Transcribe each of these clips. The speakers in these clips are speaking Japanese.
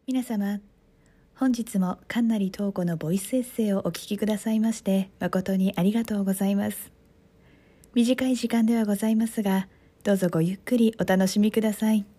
皆様、本日も神成東子のボイスエッセイをお聞きくださいまして誠にありがとうございます。短い時間ではございますが、どうぞごゆっくりお楽しみください。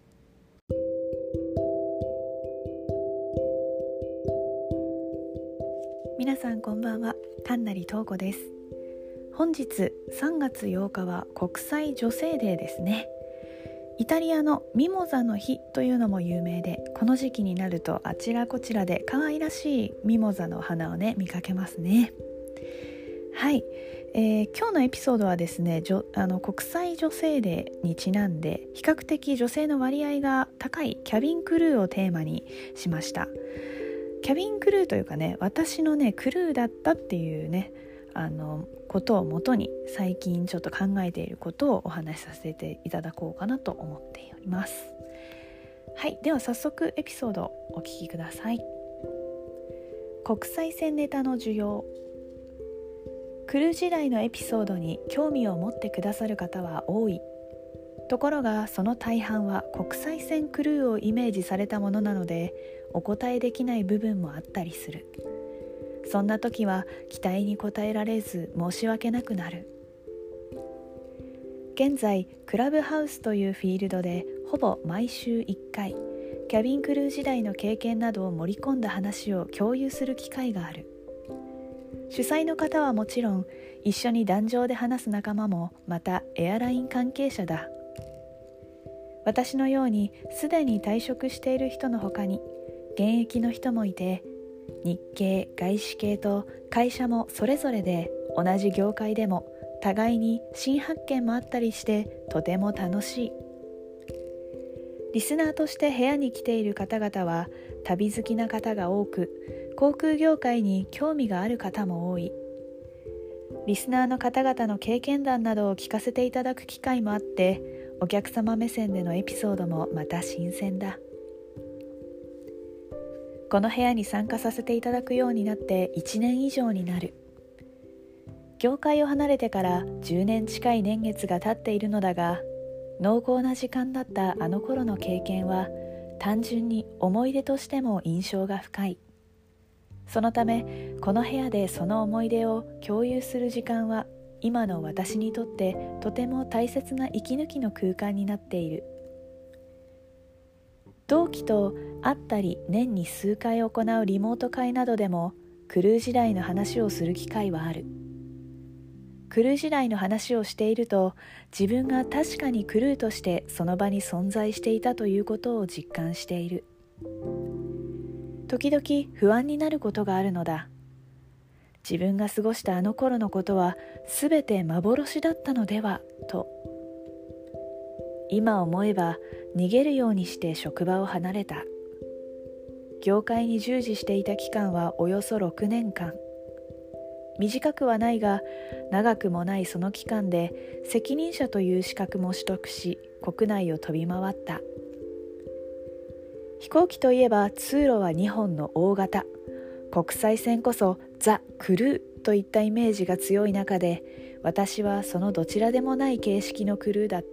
皆さんこんばんは、神成東子です。本日3月8日は国際女性デーですね。イタリアのミモザの日というのも有名で、この時期になるとあちらこちらで可愛らしいミモザの花を見かけますね。はい、今日のエピソードはですね、国際女性デーにちなんで比較的女性の割合が高いキャビンクルーをテーマにしました。キャビンクルーというか私のクルーだったっていうことをもとに最近ちょっと考えていることをお話しさせていただこうかなと思っております。はい、では早速エピソードをお聞きください。国際線ネタの需要。クルー時代のエピソードに興味を持ってくださる方は多い。ところがその大半は国際線クルーをイメージされたものなので、お答えできない部分もあったりする。そんな時は期待に応えられず申し訳なくなる。現在クラブハウスというフィールドでほぼ毎週1回キャビンクルー時代の経験などを盛り込んだ話を共有する機会がある。主催の方はもちろん、一緒に壇上で話す仲間もまたエアライン関係者だ。私のようにすでに退職している人の他に現役の人もいて、日系、外資系と会社もそれぞれで同じ業界でも互いに新発見もあったりしてとても楽しい。リスナーとして部屋に来ている方々は旅好きな方が多く、航空業界に興味がある方も多い。リスナーの方々の経験談などを聞かせていただく機会もあって、お客様目線でのエピソードもまた新鮮だ。この部屋に参加させていただくようになって1年以上になる。業界を離れてから10年近い年月が経っているのだが、濃厚な時間だったあの頃の経験は単純に思い出としても印象が深い。そのためこの部屋でその思い出を共有する時間は今の私にとってとても大切な息抜きの空間になっている。同期と会ったり年に数回行うリモート会などでもクルー時代の話をする機会はある。クルー時代の話をしていると、自分が確かにクルーとしてその場に存在していたということを実感している。時々不安になることがあるのだ。自分が過ごしたあの頃のことはすべて幻だったのではと。今思えば逃げるようにして職場を離れた。業界に従事していた期間はおよそ6年間。短くはないが長くもないその期間で責任者という資格も取得し、国内を飛び回った。飛行機といえば通路は2本の大型、国際線こそザ・クルーといったイメージが強い中で、私はそのどちらでもない形式のクルーだった。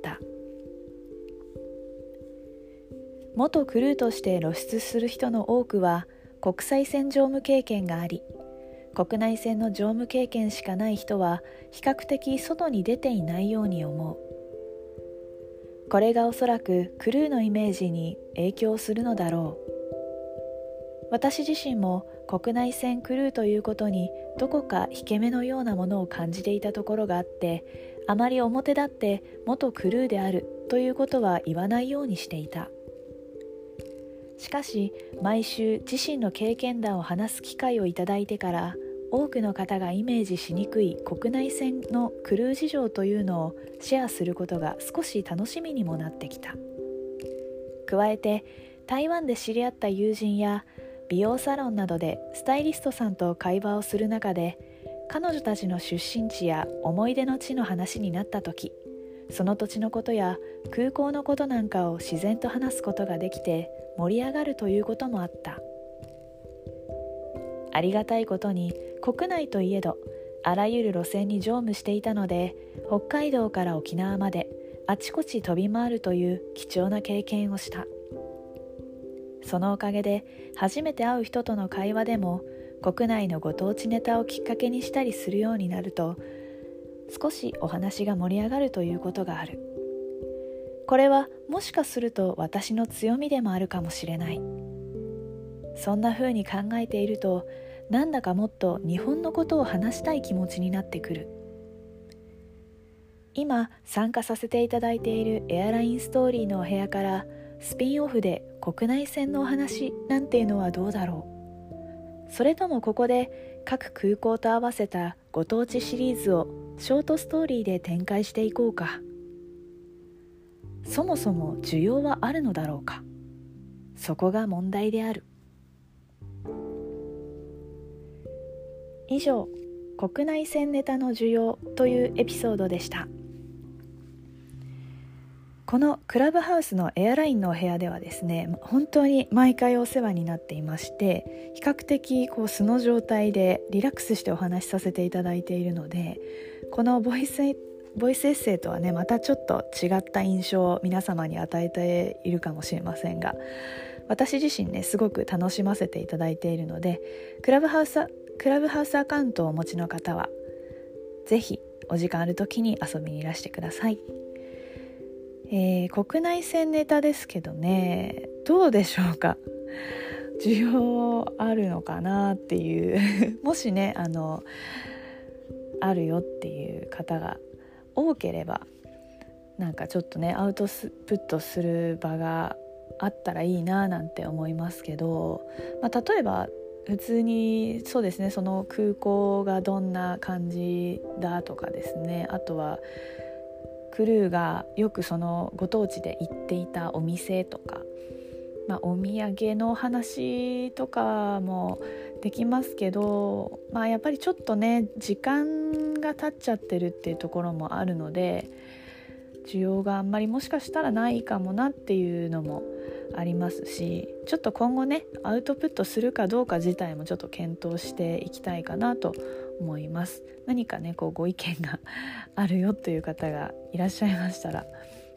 元クルーとして露出する人の多くは国際線乗務経験があり、国内線の乗務経験しかない人は比較的外に出ていないように思う。これがおそらくクルーのイメージに影響するのだろう。私自身も国内線クルーということにどこか引け目のようなものを感じていたところがあって、あまり表立って元クルーであるということは言わないようにしていた。しかし毎週自身の経験談を話す機会をいただいてから、多くの方がイメージしにくい国内線のクルー事情というのをシェアすることが少し楽しみにもなってきた。加えて台湾で知り合った友人や美容サロンなどでスタイリストさんと会話をする中で、彼女たちの出身地や思い出の地の話になった時、その土地のことや空港のことなんかを自然と話すことができて盛り上がるということもあった。ありがたいことに国内といえどあらゆる路線に乗務していたので、北海道から沖縄まであちこち飛び回るという貴重な経験をした。 そのおかげで初めて会う人との会話でも国内のご当地ネタをきっかけにしたりするようになると、少しお話が盛り上がるということがある。これはもしかすると私の強みでもあるかもしれない。そんな風に考えていると、なんだかもっと日本のことを話したい気持ちになってくる。今参加させていただいているエアラインストーリーのお部屋からスピンオフで国内線のお話なんていうのはどうだろう。それともここで各空港と合わせたご当地シリーズをショートストーリーで展開していこうか。そもそも需要はあるのだろうか。そこが問題である。以上、国内線ネタの需要というエピソードでした。このクラブハウスのエアラインのお部屋ではですね、本当に毎回お世話になっていまして、比較的素の状態でリラックスしてお話しさせていただいているので、このボイスエッセイとはね、またちょっと違った印象を皆様に与えているかもしれませんが、私自身ね、すごく楽しませていただいているので、クラブハウスアカウントをお持ちの方はぜひお時間ある時に遊びにいらしてください。国内線ネタですけどね、どうでしょうか。需要あるのかなっていうもしね、あるよっていう方が多ければ、なんかちょっとねアウトプットする場があったらいいななんて思いますけど、例えば普通にそうですね、その空港がどんな感じだとかですね、あとはクルーがよくそのご当地で行っていたお店とか、お土産の話とかもできますけど、やっぱりちょっとね時間が経っちゃってるっていうところもあるので、需要があんまりもしかしたらないかもなっていうのもありますし、ちょっと今後ねアウトプットするかどうか自体もちょっと検討していきたいかなと思います。何かねご意見があるよという方がいらっしゃいましたら、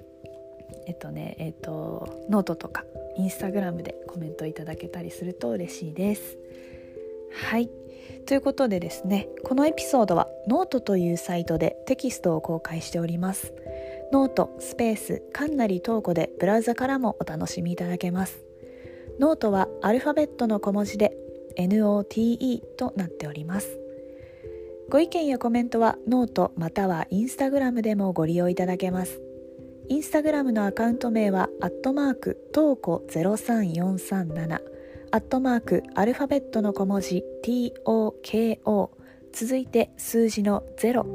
ノートとかインスタグラムでコメントいただけたりすると嬉しいです。はい、ということでですね、このエピソードはノートというサイトでテキストを公開しております。ノートスペースかんなりとうこでブラウザからもお楽しみいただけます。ノートはアルファベットの小文字で NOTE となっております。ご意見やコメントはノートまたはインスタグラムでもご利用いただけます。インスタグラムのアカウント名はとうこ03437アルファベットの小文字 TOKO 続いて数字の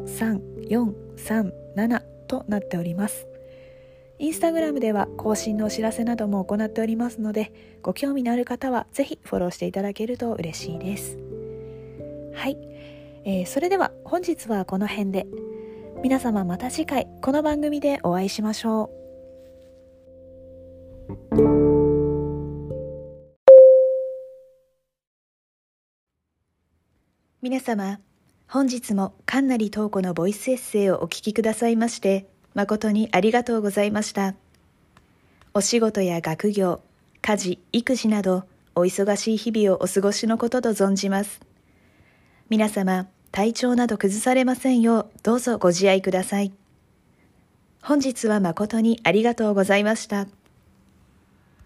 03437となっております。インスタグラムでは更新のお知らせなども行っておりますので、ご興味のある方はぜひフォローしていただけると嬉しいです。はい、それでは本日はこの辺で。皆様また次回この番組でお会いしましょう。皆様、本日もかんなりとうこのボイスエッセイをお聞きくださいまして誠にありがとうございました。お仕事や学業、家事、育児などお忙しい日々をお過ごしのことと存じます。皆様、体調など崩されませんようどうぞご自愛ください。本日は誠にありがとうございました。